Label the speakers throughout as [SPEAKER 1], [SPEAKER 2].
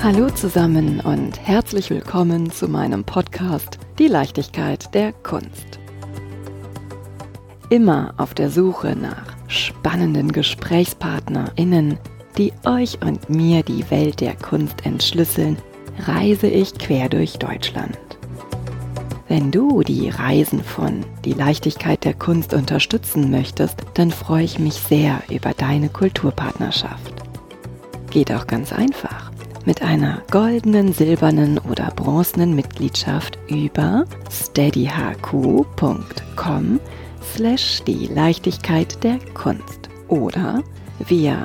[SPEAKER 1] Hallo zusammen und herzlich willkommen zu meinem Podcast Die Leichtigkeit der Kunst. Immer auf der Suche nach spannenden GesprächspartnerInnen, die euch und mir die Welt der Kunst entschlüsseln, reise ich quer durch Deutschland. Wenn du die Reisen von Die Leichtigkeit der Kunst unterstützen möchtest, dann freue ich mich sehr über deine Kulturpartnerschaft. Geht auch ganz einfach. Mit einer goldenen, silbernen oder bronzenen Mitgliedschaft über steadyhq.com/die Leichtigkeit der Kunst oder via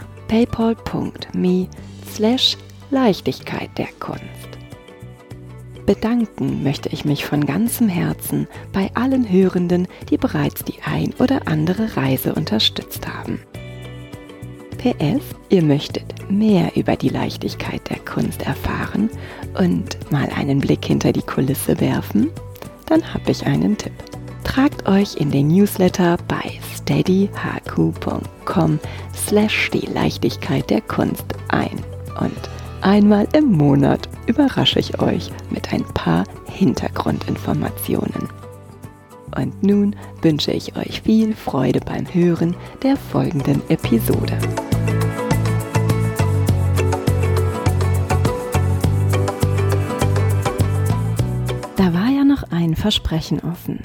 [SPEAKER 1] paypal.me/Leichtigkeit der Kunst. Bedanken möchte ich mich von ganzem Herzen bei allen Hörenden, die bereits die ein oder andere Reise unterstützt haben. PS, ihr möchtet mehr über die Leichtigkeit der Kunst erfahren und mal einen Blick hinter die Kulisse werfen? Dann habe ich einen Tipp. Tragt euch in den Newsletter bei steadyhq.com/die Leichtigkeit der Kunst ein. Und einmal im Monat überrasche ich euch mit ein paar Hintergrundinformationen. Und nun wünsche ich euch viel Freude beim Hören der folgenden Episode. Da war ja noch ein Versprechen offen.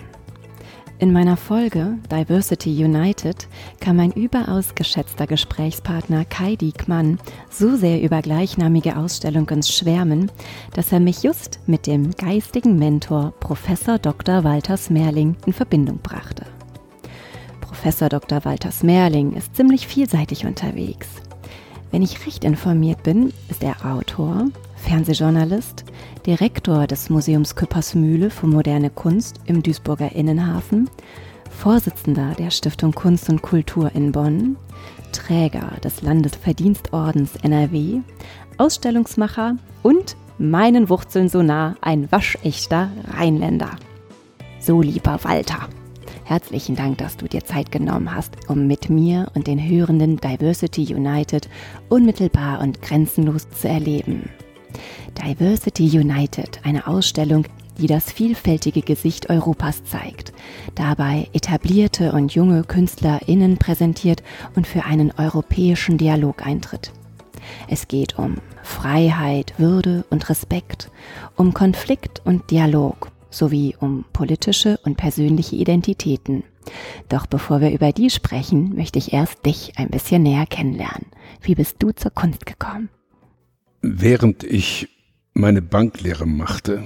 [SPEAKER 1] In meiner Folge Diversity United kam mein überaus geschätzter Gesprächspartner Kai Diekmann so sehr über gleichnamige Ausstellung ins Schwärmen, dass er mich just mit dem geistigen Mentor Professor Dr. Walter Smerling in Verbindung brachte. Professor Dr. Walter Smerling ist ziemlich vielseitig unterwegs. Wenn ich recht informiert bin, ist er Autor, Fernsehjournalist, Direktor des Museums Küppersmühle für moderne Kunst im Duisburger Innenhafen, Vorsitzender der Stiftung Kunst und Kultur in Bonn, Träger des Landesverdienstordens NRW, Ausstellungsmacher und meinen Wurzeln so nah ein waschechter Rheinländer. So, lieber Walter, herzlichen Dank, dass du dir Zeit genommen hast, um mit mir und den Hörenden Diversity United unmittelbar und grenzenlos zu erleben. Diversity United, eine Ausstellung, die das vielfältige Gesicht Europas zeigt, dabei etablierte und junge KünstlerInnen präsentiert und für einen europäischen Dialog eintritt. Es geht um Freiheit, Würde und Respekt, um Konflikt und Dialog, sowie um politische und persönliche Identitäten. Doch bevor wir über die sprechen, möchte ich erst dich ein bisschen näher kennenlernen. Wie bist du zur Kunst gekommen?
[SPEAKER 2] Während ich meine Banklehre machte,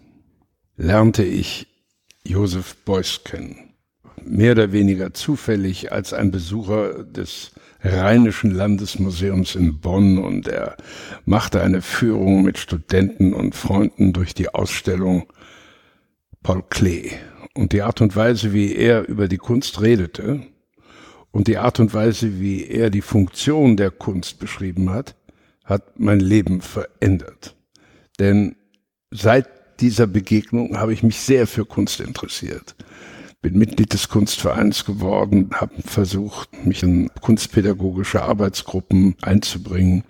[SPEAKER 2] lernte ich Joseph Beuys kennen. Mehr oder weniger zufällig als ein Besucher des Rheinischen Landesmuseums in Bonn, und er machte eine Führung mit Studenten und Freunden durch die Ausstellung Paul Klee. Und die Art und Weise, wie er über die Kunst redete und die Art und Weise, wie er die Funktion der Kunst beschrieben hat, hat mein Leben verändert. Denn seit dieser Begegnung habe ich mich sehr für Kunst interessiert. Bin Mitglied des Kunstvereins geworden, habe versucht, mich in kunstpädagogische Arbeitsgruppen einzubringen.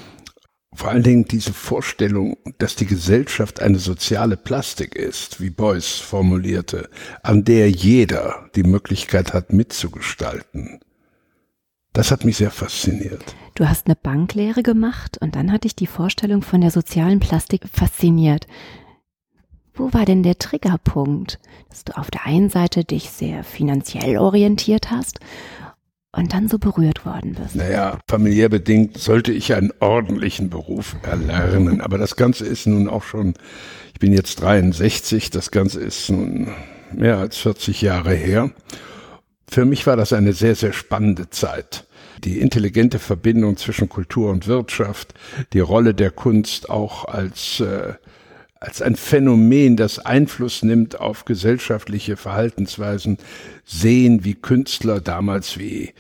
[SPEAKER 2] Vor allen Dingen diese Vorstellung, dass die Gesellschaft eine soziale Plastik ist, wie Beuys formulierte, an der jeder die Möglichkeit hat, mitzugestalten. Das hat mich sehr fasziniert.
[SPEAKER 1] Du hast eine Banklehre gemacht und dann hat dich die Vorstellung von der sozialen Plastik fasziniert. Wo war denn der Triggerpunkt, dass du auf der einen Seite dich sehr finanziell orientiert hast und dann so berührt worden bist?
[SPEAKER 2] Naja, familiär bedingt sollte ich einen ordentlichen Beruf erlernen. Aber das Ganze ist nun auch schon, ich bin jetzt 63, das Ganze ist nun mehr als 40 Jahre her. Für mich war das eine sehr, sehr spannende Zeit. Die intelligente Verbindung zwischen Kultur und Wirtschaft, die Rolle der Kunst auch als ein Phänomen, das Einfluss nimmt auf gesellschaftliche Verhaltensweisen, sehen, wie Künstler damals wie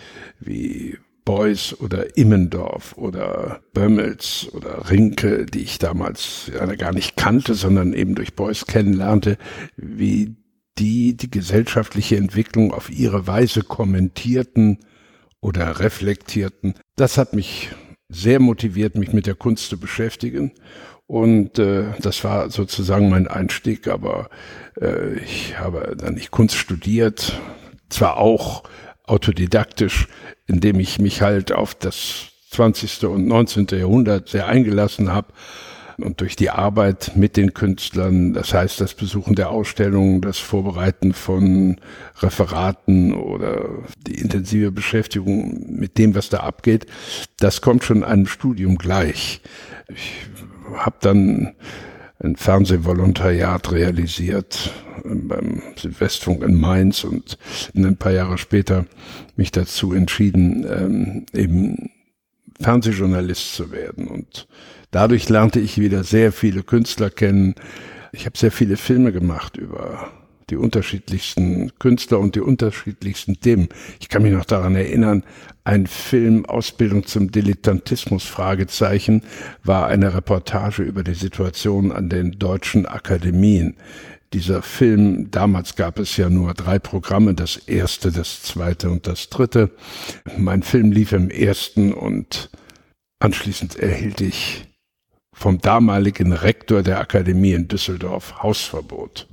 [SPEAKER 2] Beuys oder Immendorf oder Bömmels oder Rinke, die ich damals gar nicht kannte, sondern eben durch Beuys kennenlernte, wie die gesellschaftliche Entwicklung auf ihre Weise kommentierten oder reflektierten. Das hat mich sehr motiviert, mich mit der Kunst zu beschäftigen. Und das war sozusagen mein Einstieg, aber ich habe dann nicht Kunst studiert, zwar auch autodidaktisch, indem ich mich halt auf das 20. und 19. Jahrhundert sehr eingelassen habe und durch die Arbeit mit den Künstlern, das heißt das Besuchen der Ausstellungen, das Vorbereiten von Referaten oder die intensive Beschäftigung mit dem, was da abgeht, das kommt schon einem Studium gleich. Ich habe dann ein Fernsehvolontariat realisiert beim Südwestfunk in Mainz und ein paar Jahre später mich dazu entschieden, eben Fernsehjournalist zu werden. Und dadurch lernte ich wieder sehr viele Künstler kennen. Ich habe sehr viele Filme gemacht über die unterschiedlichsten Künstler und die unterschiedlichsten Themen. Ich kann mich noch daran erinnern, ein Film Ausbildung zum Dilettantismus, Fragezeichen, war eine Reportage über die Situation an den deutschen Akademien. Dieser Film, damals gab es ja nur 3 Programme, das erste, das zweite und das dritte. Mein Film lief im ersten und anschließend erhielt ich vom damaligen Rektor der Akademie in Düsseldorf Hausverbot.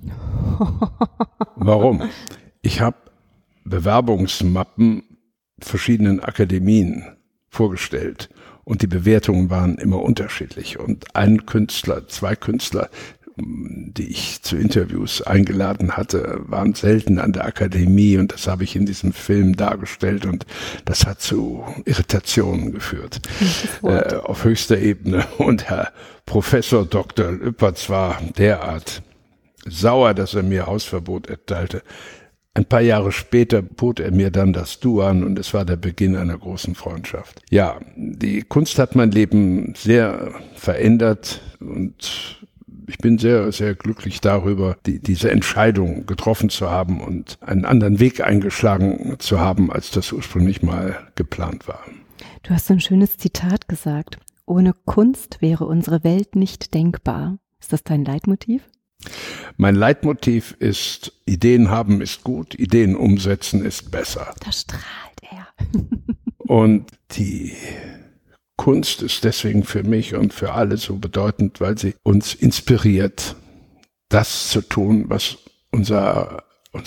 [SPEAKER 2] Warum? Ich habe Bewerbungsmappen verschiedenen Akademien vorgestellt und die Bewertungen waren immer unterschiedlich. Und ein Künstler, 2 Künstler, die ich zu Interviews eingeladen hatte, waren selten an der Akademie und das habe ich in diesem Film dargestellt und das hat zu Irritationen geführt auf höchster Ebene. Und Herr Professor Dr. Lüpertz war derart sauer, dass er mir Hausverbot erteilte. Ein paar Jahre später bot er mir dann das Du an und es war der Beginn einer großen Freundschaft. Ja, die Kunst hat mein Leben sehr verändert und ich bin sehr, sehr glücklich darüber, diese Entscheidung getroffen zu haben und einen anderen Weg eingeschlagen zu haben, als das ursprünglich mal geplant war.
[SPEAKER 1] Du hast so ein schönes Zitat gesagt. Ohne Kunst wäre unsere Welt nicht denkbar. Ist das dein Leitmotiv?
[SPEAKER 2] Mein Leitmotiv ist, Ideen haben ist gut, Ideen umsetzen ist besser.
[SPEAKER 1] Da strahlt er.
[SPEAKER 2] Und die Kunst ist deswegen für mich und für alle so bedeutend, weil sie uns inspiriert, das zu tun, was unsere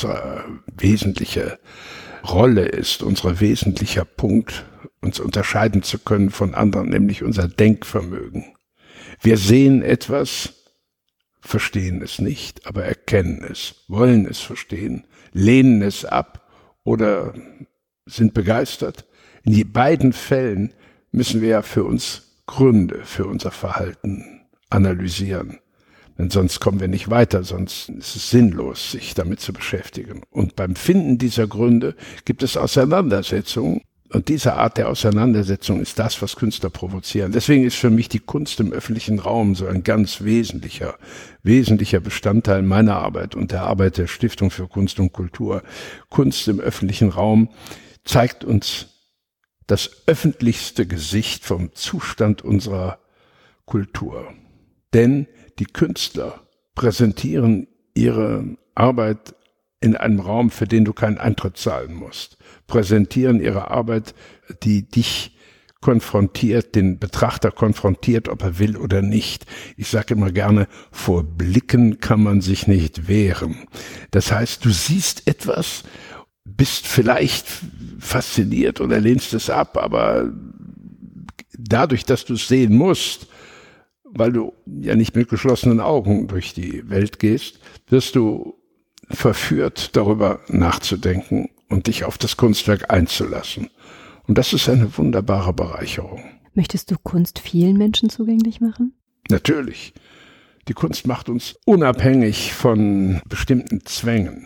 [SPEAKER 2] wesentliche Rolle ist, unser wesentlicher Punkt, uns unterscheiden zu können von anderen, nämlich unser Denkvermögen. Wir sehen etwas, verstehen es nicht, aber erkennen es, wollen es verstehen, lehnen es ab oder sind begeistert. In die beiden Fällen müssen wir ja für uns Gründe für unser Verhalten analysieren. Denn sonst kommen wir nicht weiter, sonst ist es sinnlos, sich damit zu beschäftigen. Und beim Finden dieser Gründe gibt es Auseinandersetzungen. Und diese Art der Auseinandersetzung ist das, was Künstler provozieren. Deswegen ist für mich die Kunst im öffentlichen Raum so ein ganz wesentlicher Bestandteil meiner Arbeit und der Arbeit der Stiftung für Kunst und Kultur. Kunst im öffentlichen Raum zeigt uns das öffentlichste Gesicht vom Zustand unserer Kultur. Denn die Künstler präsentieren ihre Arbeit in einem Raum, für den du keinen Eintritt zahlen musst. Präsentieren ihre Arbeit, die dich konfrontiert, den Betrachter konfrontiert, ob er will oder nicht. Ich sage immer gerne, vor Blicken kann man sich nicht wehren. Das heißt, du siehst etwas, bist vielleicht fasziniert oder lehnst es ab, aber dadurch, dass du es sehen musst, weil du ja nicht mit geschlossenen Augen durch die Welt gehst, wirst du verführt, darüber nachzudenken und dich auf das Kunstwerk einzulassen. Und das ist eine wunderbare Bereicherung.
[SPEAKER 1] Möchtest du Kunst vielen Menschen zugänglich machen?
[SPEAKER 2] Natürlich. Die Kunst macht uns unabhängig von bestimmten Zwängen.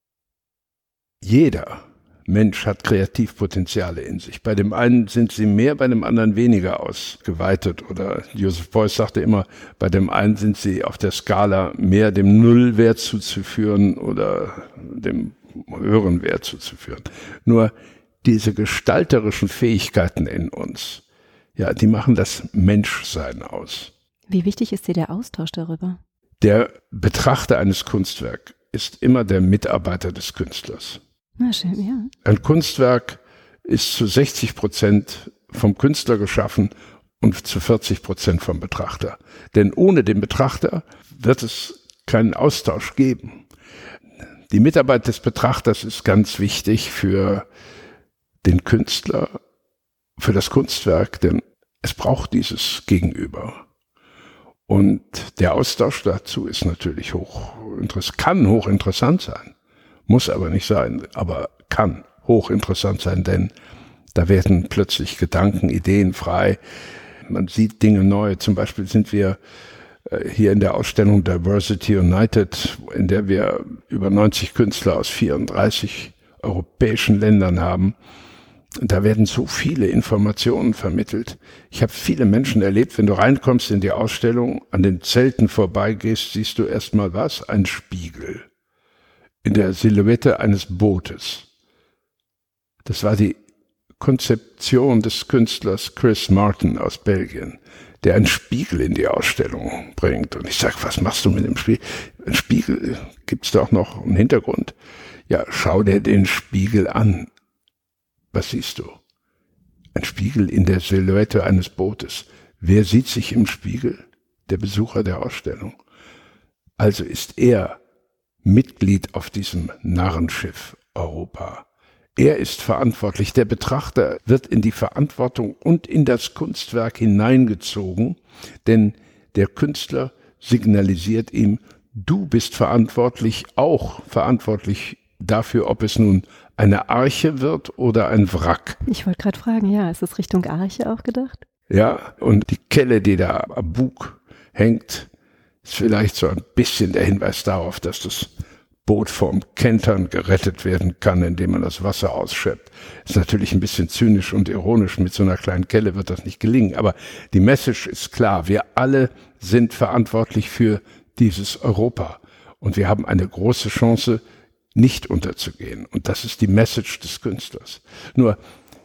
[SPEAKER 2] Jeder Mensch hat Kreativpotenziale in sich. Bei dem einen sind sie mehr, bei dem anderen weniger ausgeweitet. Oder Joseph Beuys sagte immer, bei dem einen sind sie auf der Skala mehr dem Nullwert zuzuführen oder dem höheren Wert zuzuführen. Nur diese gestalterischen Fähigkeiten in uns, ja, die machen das Menschsein aus.
[SPEAKER 1] Wie wichtig ist dir der Austausch darüber?
[SPEAKER 2] Der Betrachter eines Kunstwerks ist immer der Mitarbeiter des Künstlers.
[SPEAKER 1] Na schön, ja.
[SPEAKER 2] Ein Kunstwerk ist zu 60% vom Künstler geschaffen und zu 40% vom Betrachter. Denn ohne den Betrachter wird es keinen Austausch geben. Die Mitarbeit des Betrachters ist ganz wichtig für den Künstler, für das Kunstwerk, denn es braucht dieses Gegenüber. Und der Austausch dazu ist natürlich kann hochinteressant sein, muss aber nicht sein, aber kann hochinteressant sein, denn da werden plötzlich Gedanken, Ideen frei. Man sieht Dinge neu. Zum Beispiel sind wir hier in der Ausstellung Diversity United, in der wir über 90 Künstler aus 34 europäischen Ländern haben. Da werden so viele Informationen vermittelt. Ich habe viele Menschen erlebt, wenn du reinkommst in die Ausstellung, an den Zelten vorbeigehst, siehst du erstmal was? Ein Spiegel in der Silhouette eines Bootes. Das war die Konzeption des Künstlers Chris Martin aus Belgien, der einen Spiegel in die Ausstellung bringt. Und ich sage, was machst du mit dem Spiegel? Ein Spiegel, gibt's doch noch einen Hintergrund. Ja, schau dir den Spiegel an. Was siehst du? Ein Spiegel in der Silhouette eines Bootes. Wer sieht sich im Spiegel? Der Besucher der Ausstellung. Also ist er Mitglied auf diesem Narrenschiff Europa. Er ist verantwortlich. Der Betrachter wird in die Verantwortung und in das Kunstwerk hineingezogen, denn der Künstler signalisiert ihm, du bist verantwortlich, auch verantwortlich dafür, ob es nun eine Arche wird oder ein Wrack.
[SPEAKER 1] Ich wollte gerade fragen, ja, ist es Richtung Arche auch gedacht?
[SPEAKER 2] Ja, und die Kelle, die da am Bug hängt, ist vielleicht so ein bisschen der Hinweis darauf, dass das Boot vom Kentern gerettet werden kann, indem man das Wasser ausschöpft. Ist natürlich ein bisschen zynisch und ironisch, mit so einer kleinen Kelle wird das nicht gelingen, aber die Message ist klar, wir alle sind verantwortlich für dieses Europa und wir haben eine große Chance, nicht unterzugehen. Und das ist die Message des Künstlers. Nur,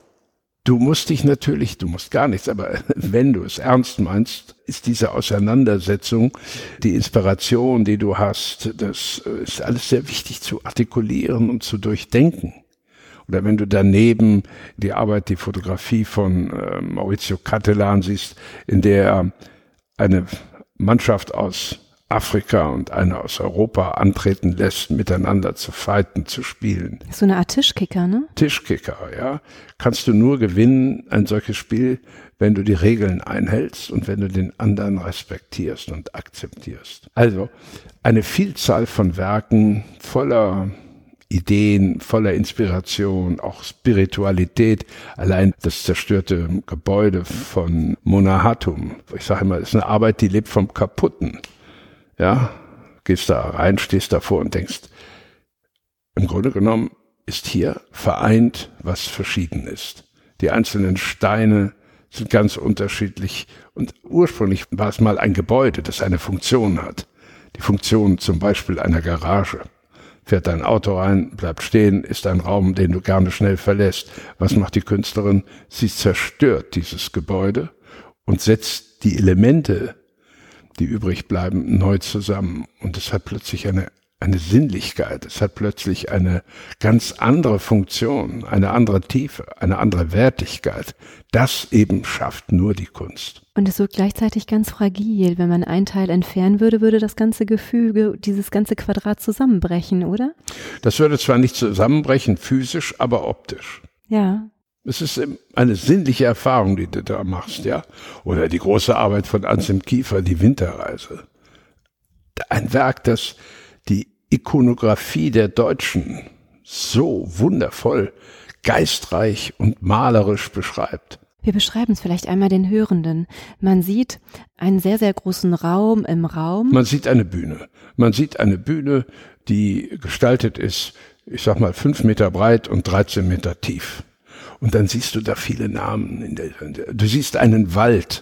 [SPEAKER 2] du musst gar nichts, aber wenn du es ernst meinst, ist diese Auseinandersetzung, die Inspiration, die du hast, das ist alles sehr wichtig zu artikulieren und zu durchdenken. Oder wenn du daneben die Fotografie von Maurizio Cattelan siehst, in der er eine Mannschaft aus Afrika und eine aus Europa antreten lässt, miteinander zu fighten, zu spielen.
[SPEAKER 1] So eine Art Tischkicker, ne?
[SPEAKER 2] Tischkicker, ja. Kannst du nur gewinnen, ein solches Spiel, wenn du die Regeln einhältst und wenn du den anderen respektierst und akzeptierst. Also eine Vielzahl von Werken voller Ideen, voller Inspiration, auch Spiritualität. Allein das zerstörte Gebäude von Mona Hatoum. Ich sage immer, das ist eine Arbeit, die lebt vom Kaputten. Ja, gehst da rein, stehst davor und denkst, im Grunde genommen ist hier vereint, was verschieden ist. Die einzelnen Steine sind ganz unterschiedlich und ursprünglich war es mal ein Gebäude, das eine Funktion hat. Die Funktion zum Beispiel einer Garage. Fährt dein Auto rein, bleibt stehen, ist ein Raum, den du gerne schnell verlässt. Was macht die Künstlerin? Sie zerstört dieses Gebäude und setzt die Elemente, die übrig bleiben, neu zusammen. Und es hat plötzlich eine Sinnlichkeit, es hat plötzlich eine ganz andere Funktion, eine andere Tiefe, eine andere Wertigkeit. Das eben schafft nur die Kunst.
[SPEAKER 1] Und es wird gleichzeitig ganz fragil. Wenn man einen Teil entfernen würde, würde das ganze Gefüge, dieses ganze Quadrat zusammenbrechen, oder?
[SPEAKER 2] Das würde zwar nicht zusammenbrechen physisch, aber optisch.
[SPEAKER 1] Ja.
[SPEAKER 2] Es ist eine sinnliche Erfahrung, die du da machst, ja. Oder die große Arbeit von Anselm Kiefer, die Winterreise. Ein Werk, das die Ikonografie der Deutschen so wundervoll, geistreich und malerisch beschreibt.
[SPEAKER 1] Wir beschreiben es vielleicht einmal den Hörenden. Man sieht einen sehr, sehr großen Raum im Raum.
[SPEAKER 2] Man sieht eine Bühne. Man sieht eine Bühne, die gestaltet ist, ich sag mal 5 Meter breit und 13 Meter tief. Und dann siehst du da viele Namen. Du siehst einen Wald.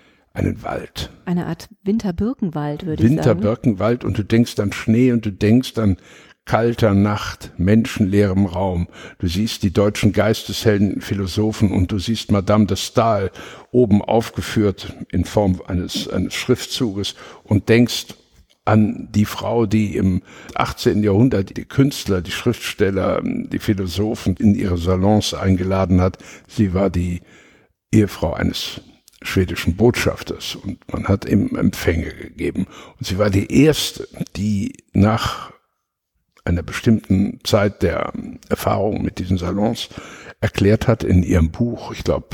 [SPEAKER 1] Eine Art Winterbirkenwald, würde ich sagen.
[SPEAKER 2] Winterbirkenwald und du denkst an Schnee und du denkst an kalter Nacht, menschenleerem Raum. Du siehst die deutschen Geisteshelden, Philosophen und du siehst Madame de Staël oben aufgeführt in Form eines Schriftzuges und denkst an die Frau, die im 18. Jahrhundert die Künstler, die Schriftsteller, die Philosophen in ihre Salons eingeladen hat. Sie war die Ehefrau eines schwedischen Botschafters und man hat ihm Empfänge gegeben. Und sie war die erste, die nach einer bestimmten Zeit der Erfahrung mit diesen Salons erklärt hat in ihrem Buch, ich glaube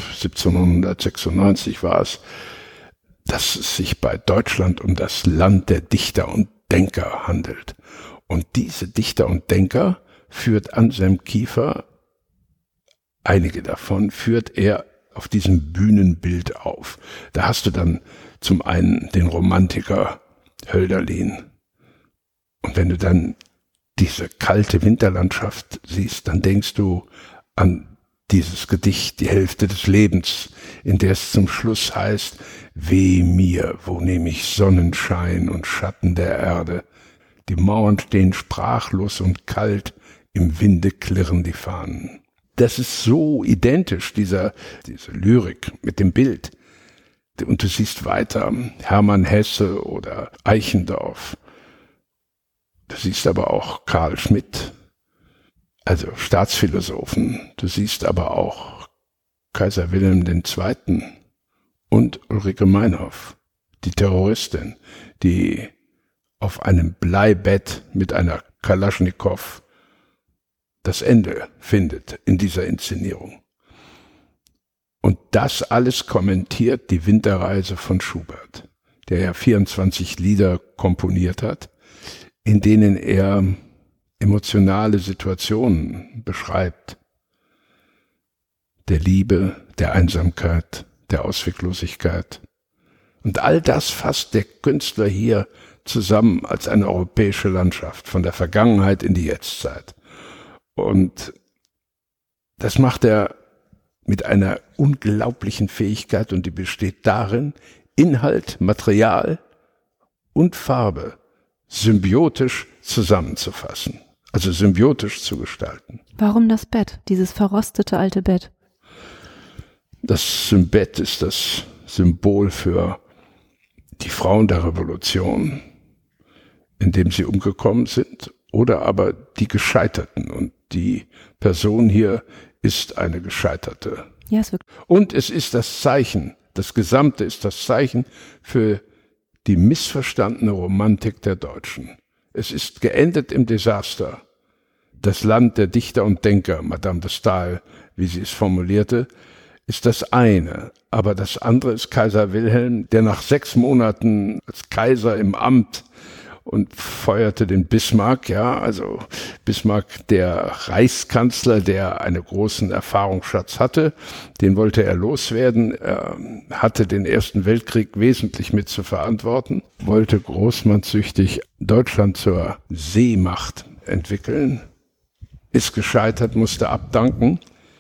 [SPEAKER 2] 1796 war es, dass es sich bei Deutschland um das Land der Dichter und Denker handelt. Und diese Dichter und Denker führt Anselm Kiefer, einige davon führt er auf diesem Bühnenbild auf. Da hast du dann zum einen den Romantiker Hölderlin. Und wenn du dann diese kalte Winterlandschaft siehst, dann denkst du an dieses Gedicht, die Hälfte des Lebens, in der es zum Schluss heißt, weh mir, wo nehm ich Sonnenschein und Schatten der Erde, die Mauern stehen sprachlos und kalt, im Winde klirren die Fahnen. Das ist so identisch, diese Lyrik mit dem Bild. Und du siehst weiter Hermann Hesse oder Eichendorff. Du siehst aber auch Karl Schmidt, also Staatsphilosophen. Du siehst aber auch Kaiser Wilhelm II. Und Ulrike Meinhof, die Terroristin, die auf einem Bleibett mit einer Kalaschnikow das Ende findet in dieser Inszenierung. Und das alles kommentiert die Winterreise von Schubert, der ja 24 Lieder komponiert hat, in denen er emotionale Situationen beschreibt, der Liebe, der Einsamkeit, der Ausweglosigkeit. Und all das fasst der Künstler hier zusammen als eine europäische Landschaft, von der Vergangenheit in die Jetztzeit. Und das macht er mit einer unglaublichen Fähigkeit und die besteht darin, Inhalt, Material und Farbe symbiotisch zusammenzufassen, also symbiotisch zu gestalten.
[SPEAKER 1] Warum das Bett, dieses verrostete alte Bett?
[SPEAKER 2] Das Bett ist das Symbol für die Frauen der Revolution, in dem sie umgekommen sind, oder aber die Gescheiterten. Und die Person hier ist eine Gescheiterte.
[SPEAKER 1] Ja, es wirkt.
[SPEAKER 2] Und es ist das Zeichen, das Gesamte ist das Zeichen für die missverstandene Romantik der Deutschen. Es ist geendet im Desaster. Das Land der Dichter und Denker, Madame de Staël, wie sie es formulierte, ist das eine. Aber das andere ist Kaiser Wilhelm, der nach 6 Monaten als Kaiser im Amt und feuerte den Bismarck, ja, also Bismarck, der Reichskanzler, der einen großen Erfahrungsschatz hatte, den wollte er loswerden, er hatte den Ersten Weltkrieg wesentlich mit zu verantworten, wollte großmannsüchtig Deutschland zur Seemacht entwickeln, ist gescheitert, musste abdanken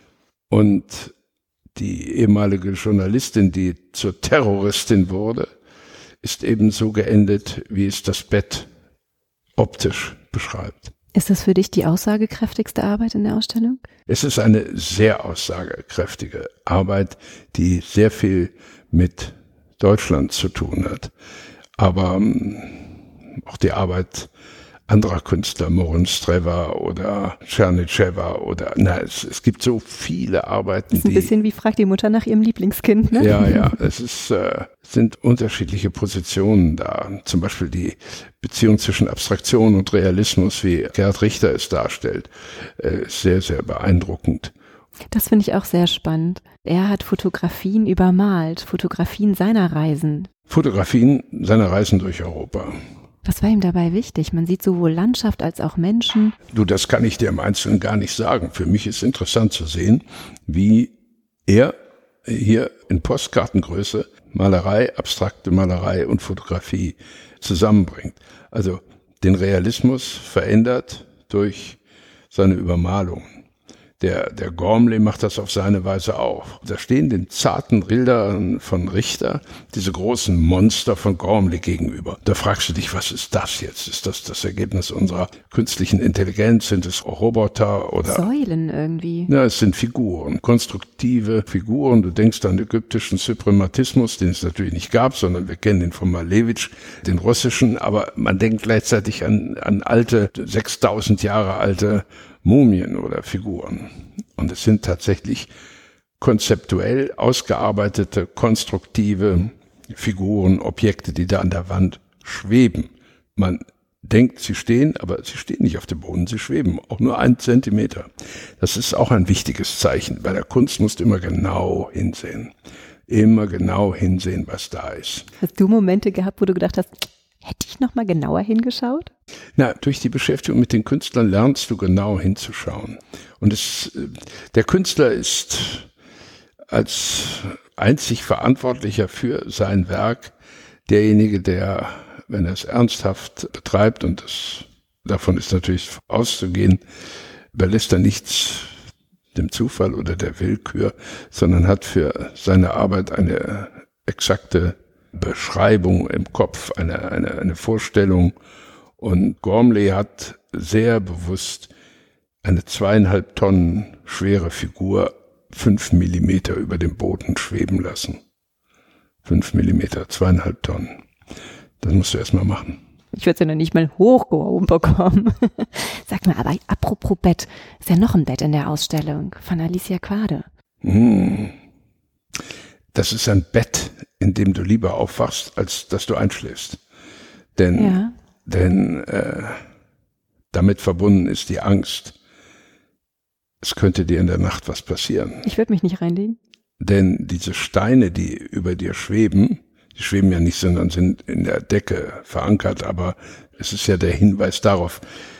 [SPEAKER 2] und die ehemalige Journalistin, die zur Terroristin wurde, ist eben so geendet, wie es das Bett optisch beschreibt.
[SPEAKER 1] Ist das für dich die aussagekräftigste Arbeit in der Ausstellung?
[SPEAKER 2] Es ist eine sehr aussagekräftige Arbeit, die sehr viel mit Deutschland zu tun hat. Aber auch die Arbeit anderer Künstler, Morin Streva oder Czernitschewa oder, es gibt so viele Arbeiten.
[SPEAKER 1] Das ist ein bisschen wie Fragt die Mutter nach ihrem Lieblingskind, ne?
[SPEAKER 2] Ja, es sind unterschiedliche Positionen da. Zum Beispiel die Beziehung zwischen Abstraktion und Realismus, wie Gerhard Richter es darstellt, ist sehr, sehr beeindruckend.
[SPEAKER 1] Das finde ich auch sehr spannend. Er hat Fotografien übermalt, Fotografien seiner Reisen.
[SPEAKER 2] Fotografien seiner Reisen durch Europa.
[SPEAKER 1] Was war ihm dabei wichtig? Man sieht sowohl Landschaft als auch Menschen.
[SPEAKER 2] Du, das kann ich dir im Einzelnen gar nicht sagen. Für mich ist interessant zu sehen, wie er hier in Postkartengröße Malerei, abstrakte Malerei und Fotografie zusammenbringt. Also den Realismus verändert durch seine Übermalung. Der Gormley macht das auf seine Weise auch. Da stehen den zarten Bildern von Richter diese großen Monster von Gormley gegenüber. Da fragst du dich, was ist das jetzt? Ist das das Ergebnis unserer künstlichen Intelligenz? Sind es Roboter oder
[SPEAKER 1] Säulen irgendwie?
[SPEAKER 2] Ja, es sind Figuren, konstruktive Figuren. Du denkst an ägyptischen Suprematismus, den es natürlich nicht gab, sondern wir kennen den von Malevich, den russischen. Aber man denkt gleichzeitig an alte, 6000 Jahre alte Mumien oder Figuren. Und es sind tatsächlich konzeptuell ausgearbeitete, konstruktive Figuren, Objekte, die da an der Wand schweben. Man denkt, sie stehen, aber sie stehen nicht auf dem Boden, sie schweben, auch nur 1 Zentimeter. Das ist auch ein wichtiges Zeichen. Bei der Kunst musst du immer genau hinsehen, was da ist. Hast du Momente gehabt, wo du gedacht hast, hätte ich noch mal genauer hingeschaut? Na, durch die Beschäftigung mit den Künstlern lernst du genau hinzuschauen. Und der Künstler ist als einzig Verantwortlicher für sein Werk derjenige, der, wenn er es ernsthaft betreibt, und davon ist natürlich auszugehen, überlässt er nichts dem Zufall oder der Willkür, sondern hat für seine Arbeit eine exakte Beschreibung im Kopf, eine Vorstellung. Und Gormley hat sehr bewusst eine 2,5 Tonnen schwere Figur 5 Millimeter über dem Boden schweben lassen. 5 Millimeter, 2,5 Tonnen. Das musst du erst mal machen. Ich würde es ja noch nicht mal hochgehoben bekommen. Sag mal, aber apropos Bett, ist ja noch ein Bett in der Ausstellung von Alicia Quade. Das ist ein Bett, in dem du lieber aufwachst, als dass du einschläfst. Denn damit verbunden ist die Angst. Es könnte dir in der Nacht was passieren. Ich würde mich nicht reinlegen. Denn diese Steine, die über dir schweben, die schweben ja nicht, sondern sind in der Decke verankert, aber es ist ja der Hinweis darauf,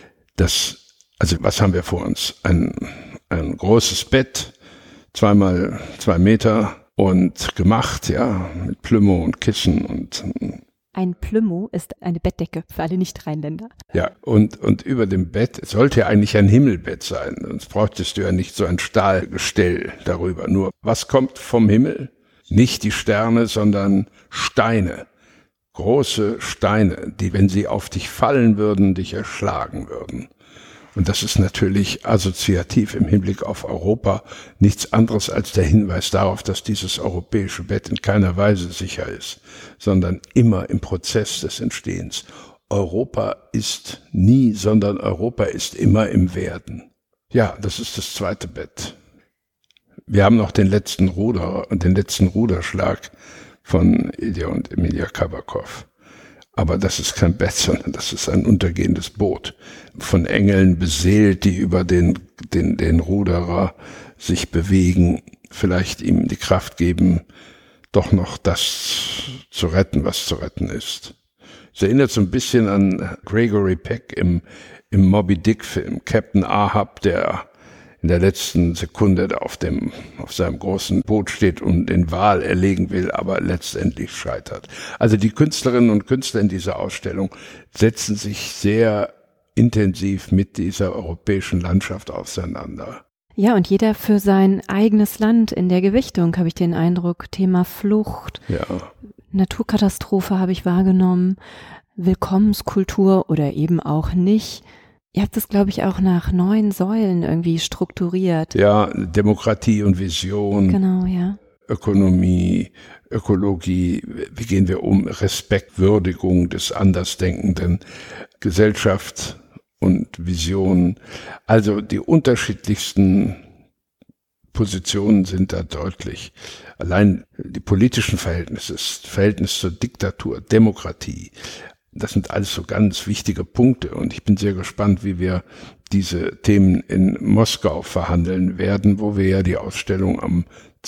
[SPEAKER 2] dass, also was haben wir vor uns? Ein großes Bett, 2 mal 2 Meter und gemacht, ja, mit Plümo und Kissen und ein Plümo ist eine Bettdecke für alle Nicht-Rheinländer. Ja, und über dem Bett, es sollte ja eigentlich ein Himmelbett sein, sonst bräuchtest du ja nicht so ein Stahlgestell darüber. Nur, was kommt vom Himmel? Nicht die Sterne, sondern Steine. Große Steine, die, wenn sie auf dich fallen würden, dich erschlagen würden. Und das ist natürlich assoziativ im Hinblick auf Europa nichts anderes als der Hinweis darauf, dass dieses europäische Bett in keiner Weise sicher ist, sondern immer im Prozess des Entstehens. Europa ist nie, sondern Europa ist immer im Werden. Ja, das ist das zweite Bett. Wir haben noch den letzten Ruderschlag von Ilja und Emilia Kabakov. Aber das ist kein Bett, sondern das ist ein untergehendes Boot, von Engeln beseelt, die über den Ruderer sich bewegen, vielleicht ihm die Kraft geben, doch noch das zu retten, was zu retten ist. Es erinnert so ein bisschen an Gregory Peck im Moby Dick-Film, Captain Ahab, der in der letzten Sekunde auf seinem großen Boot steht und den Wal erlegen will, aber letztendlich scheitert. Also die Künstlerinnen und Künstler in dieser Ausstellung setzen sich sehr intensiv mit dieser europäischen Landschaft auseinander. Ja, und jeder für sein eigenes Land in der Gewichtung, habe ich den Eindruck. Thema Flucht, ja. Naturkatastrophe habe ich wahrgenommen, Willkommenskultur oder eben auch nicht. Ihr habt das, glaube ich, auch nach 9 Säulen irgendwie strukturiert. Ja, Demokratie und Vision. Genau, ja. Ökonomie, Ökologie, wie gehen wir um? Respekt, Würdigung des Andersdenkenden, Gesellschaft und Vision. Also die unterschiedlichsten Positionen sind da deutlich. Allein die politischen Verhältnisse, das Verhältnis zur Diktatur, Demokratie, das sind alles so ganz wichtige Punkte und ich bin sehr gespannt, wie wir diese Themen in Moskau verhandeln werden, wo wir ja die Ausstellung am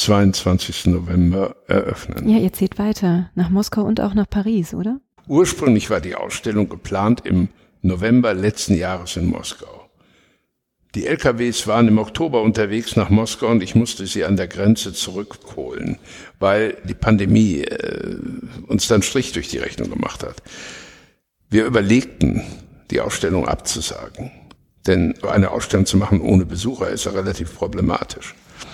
[SPEAKER 2] 22. November eröffnen. Ja, ihr zieht weiter nach Moskau und auch nach Paris, oder? Ursprünglich war die Ausstellung geplant im November letzten Jahres in Moskau. Die LKWs waren im Oktober unterwegs nach Moskau und ich musste sie an der Grenze zurückholen, weil die Pandemie uns dann Strich durch die Rechnung gemacht hat. Wir überlegten, die Ausstellung abzusagen, denn eine Ausstellung zu machen ohne Besucher ist ja relativ problematisch.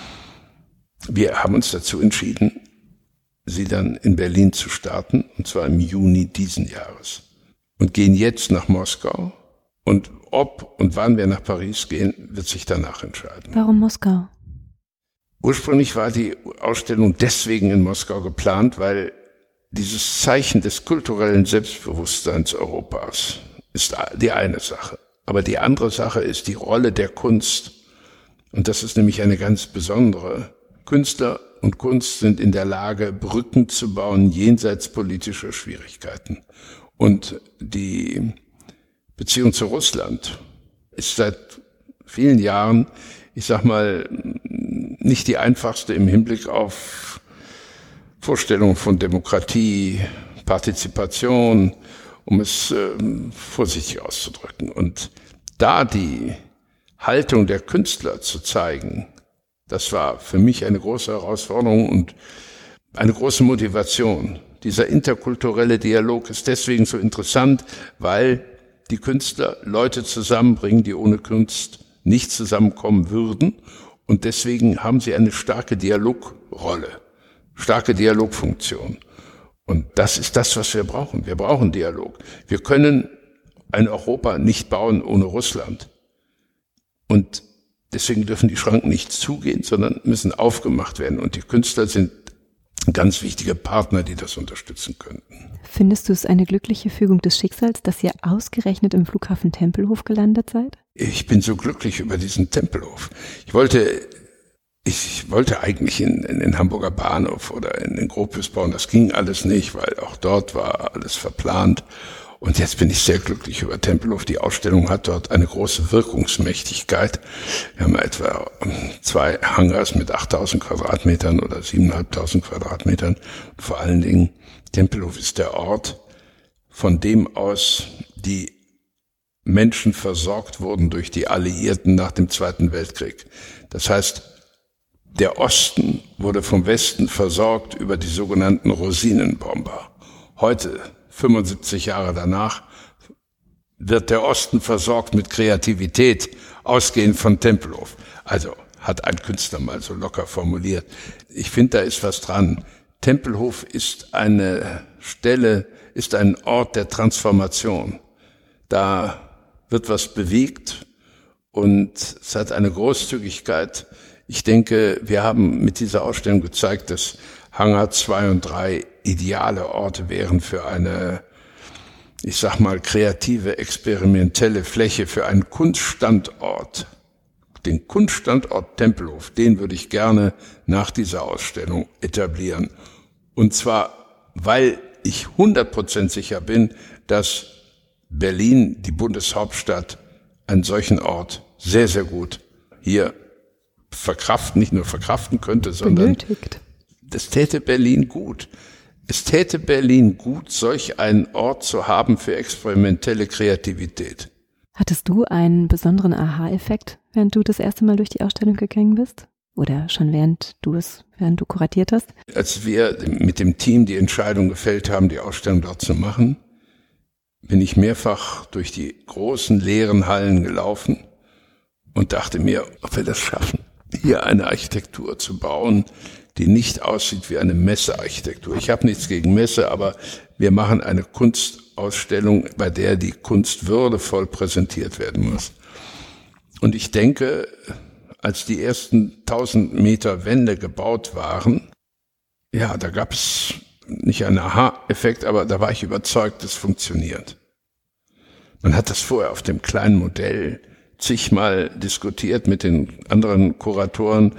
[SPEAKER 2] Wir haben uns dazu entschieden, sie dann in Berlin zu starten, und zwar im Juni diesen Jahres. Und gehen jetzt nach Moskau. Und ob und wann wir nach Paris gehen, wird sich danach entscheiden. Warum Moskau? Ursprünglich war die Ausstellung deswegen in Moskau geplant, weil dieses Zeichen des kulturellen Selbstbewusstseins Europas ist die eine Sache. Aber die andere Sache ist die Rolle der Kunst. Und das ist nämlich eine ganz besondere Künstler und Kunst sind in der Lage, Brücken zu bauen jenseits politischer Schwierigkeiten. Und die Beziehung zu Russland ist seit vielen Jahren, ich sag mal, nicht die einfachste im Hinblick auf Vorstellungen von Demokratie, Partizipation, um es vorsichtig auszudrücken. Und da die Haltung der Künstler zu zeigen, das war für mich eine große Herausforderung und eine große Motivation. Dieser interkulturelle Dialog ist deswegen so interessant, weil die Künstler Leute zusammenbringen, die ohne Kunst nicht zusammenkommen würden. Und deswegen haben sie eine starke Dialogrolle, starke Dialogfunktion. Und das ist das, was wir brauchen. Wir brauchen Dialog. Wir können ein Europa nicht bauen ohne Russland. Und deswegen dürfen die Schranken nicht zugehen, sondern müssen aufgemacht werden. Und die Künstler sind ganz wichtige Partner, die das unterstützen könnten.
[SPEAKER 1] Findest du es eine glückliche Fügung des Schicksals, dass ihr ausgerechnet im Flughafen Tempelhof gelandet seid?
[SPEAKER 2] Ich bin so glücklich über diesen Tempelhof. Ich wollte eigentlich in den Hamburger Bahnhof oder in den Gropius bauen. Das ging alles nicht, weil auch dort war alles verplant. Und jetzt bin ich sehr glücklich über Tempelhof. Die Ausstellung hat dort eine große Wirkungsmächtigkeit. Wir haben etwa 2 Hangars mit 8.000 Quadratmetern oder 7.500 Quadratmetern. Und vor allen Dingen, Tempelhof ist der Ort, von dem aus die Menschen versorgt wurden durch die Alliierten nach dem Zweiten Weltkrieg. Das heißt, der Osten wurde vom Westen versorgt über die sogenannten Rosinenbomber. Heute, 75 Jahre danach, wird der Osten versorgt mit Kreativität, ausgehend von Tempelhof. Also hat ein Künstler mal so locker formuliert. Ich finde, da ist was dran. Tempelhof ist eine Stelle, ist ein Ort der Transformation. Da wird was bewegt und es hat eine Großzügigkeit. Ich denke, wir haben mit dieser Ausstellung gezeigt, dass Hangar 2 und 3 ideale Orte wären für eine, ich sag mal, kreative, experimentelle Fläche, für einen Kunststandort. Den Kunststandort Tempelhof, den würde ich gerne nach dieser Ausstellung etablieren. Und zwar, weil ich 100% sicher bin, dass Berlin, die Bundeshauptstadt, einen solchen Ort sehr, sehr gut hier nicht nur verkraften könnte, sondern benötigt. Das täte Berlin gut. Es täte Berlin gut, solch einen Ort zu haben für experimentelle Kreativität.
[SPEAKER 1] Hattest du einen besonderen Aha-Effekt, während du das erste Mal durch die Ausstellung gegangen bist? Oder schon während du kuratiert hast?
[SPEAKER 2] Als wir mit dem Team die Entscheidung gefällt haben, die Ausstellung dort zu machen, bin ich mehrfach durch die großen leeren Hallen gelaufen und dachte mir, ob wir das schaffen, hier eine Architektur zu bauen, die nicht aussieht wie eine Messearchitektur. Ich habe nichts gegen Messe, aber wir machen eine Kunstausstellung, bei der die Kunst würdevoll präsentiert werden muss. Und ich denke, als die ersten 1000 Meter Wände gebaut waren, ja, da gab es nicht einen Aha-Effekt, aber da war ich überzeugt, es funktioniert. Man hat das vorher auf dem kleinen Modell zigmal diskutiert mit den anderen Kuratoren.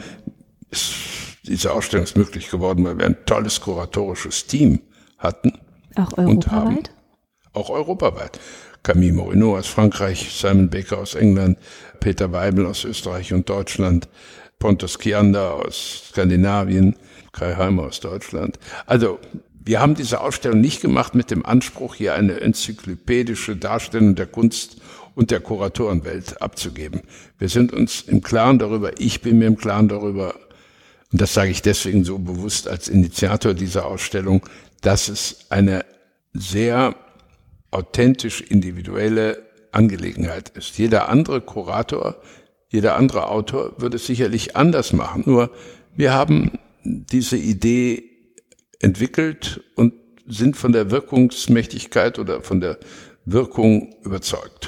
[SPEAKER 2] Diese Ausstellung ist möglich geworden, weil wir ein tolles kuratorisches Team hatten.
[SPEAKER 1] Auch europaweit?
[SPEAKER 2] Auch europaweit. Camille Morinot aus Frankreich, Simon Baker aus England, Peter Weibel aus Österreich und Deutschland, Pontus Kiander aus Skandinavien, Kai Heimer aus Deutschland. Also wir haben diese Ausstellung nicht gemacht mit dem Anspruch, hier eine enzyklopädische Darstellung der Kunst und der Kuratorenwelt abzugeben. Wir sind uns im Klaren darüber, ich bin mir im Klaren darüber, und das sage ich deswegen so bewusst als Initiator dieser Ausstellung, dass es eine sehr authentisch individuelle Angelegenheit ist. Jeder andere Kurator, jeder andere Autor würde es sicherlich anders machen. Nur wir haben diese Idee entwickelt und sind von der Wirkungsmächtigkeit oder von der Wirkung überzeugt.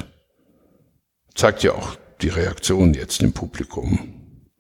[SPEAKER 2] Zeigt ja auch die Reaktion jetzt im Publikum.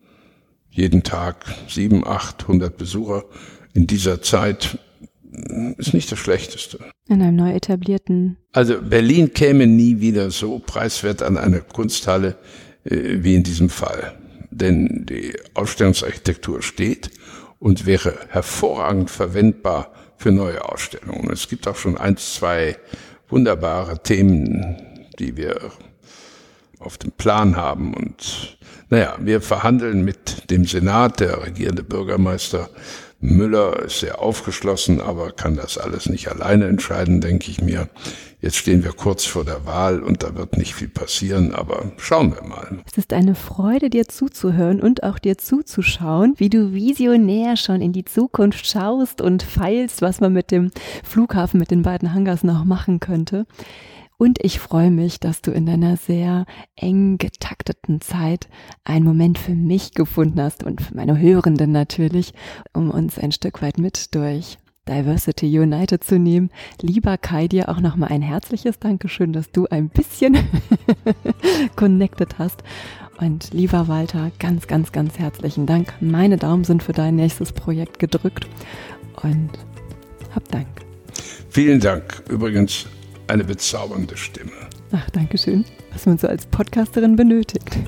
[SPEAKER 2] Jeden Tag 700, 800 Besucher in dieser Zeit ist nicht das Schlechteste.
[SPEAKER 1] In einem neu etablierten.
[SPEAKER 2] Also Berlin käme nie wieder so preiswert an eine Kunsthalle wie in diesem Fall. denn die Ausstellungsarchitektur steht und wäre hervorragend verwendbar für neue Ausstellungen. Es gibt auch schon 1, 2 wunderbare Themen, die wir auf dem Plan haben. Und wir verhandeln mit dem Senat. Der regierende Bürgermeister Müller ist sehr aufgeschlossen, aber kann das alles nicht alleine entscheiden, denke ich mir. Jetzt stehen wir kurz vor der Wahl und da wird nicht viel passieren, aber schauen wir mal.
[SPEAKER 1] Es ist eine Freude, dir zuzuhören und auch dir zuzuschauen, wie du visionär schon in die Zukunft schaust und feilst, was man mit dem Flughafen, mit den beiden Hangars noch machen könnte. Und ich freue mich, dass du in deiner sehr eng getakteten Zeit einen Moment für mich gefunden hast und für meine Hörenden natürlich, um uns ein Stück weit mit durch Diversity United zu nehmen. Lieber Kai, dir auch nochmal ein herzliches Dankeschön, dass du ein bisschen connected hast. Und lieber Walter, ganz, ganz, ganz herzlichen Dank. Meine Daumen sind für dein nächstes Projekt gedrückt und hab Dank.
[SPEAKER 2] Vielen Dank. Übrigens eine bezaubernde Stimme.
[SPEAKER 1] Ach, Dankeschön, was man so als Podcasterin benötigt.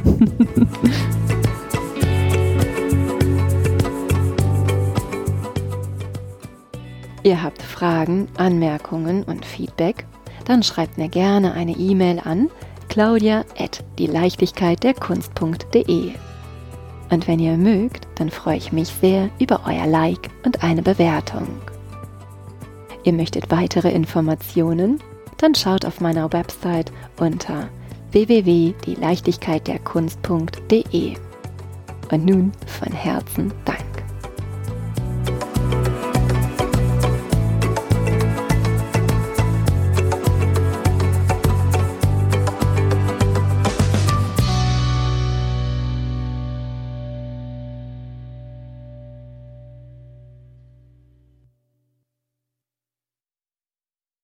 [SPEAKER 1] Ihr habt Fragen, Anmerkungen und Feedback? Dann schreibt mir gerne eine E-Mail an claudia@dieleichtigkeitderkunst.de. Und wenn ihr mögt, dann freue ich mich sehr über euer Like und eine Bewertung. Ihr möchtet weitere Informationen? Dann schaut auf meiner Website unter www.dieleichtigkeitderkunst.de. Und nun von Herzen Dank.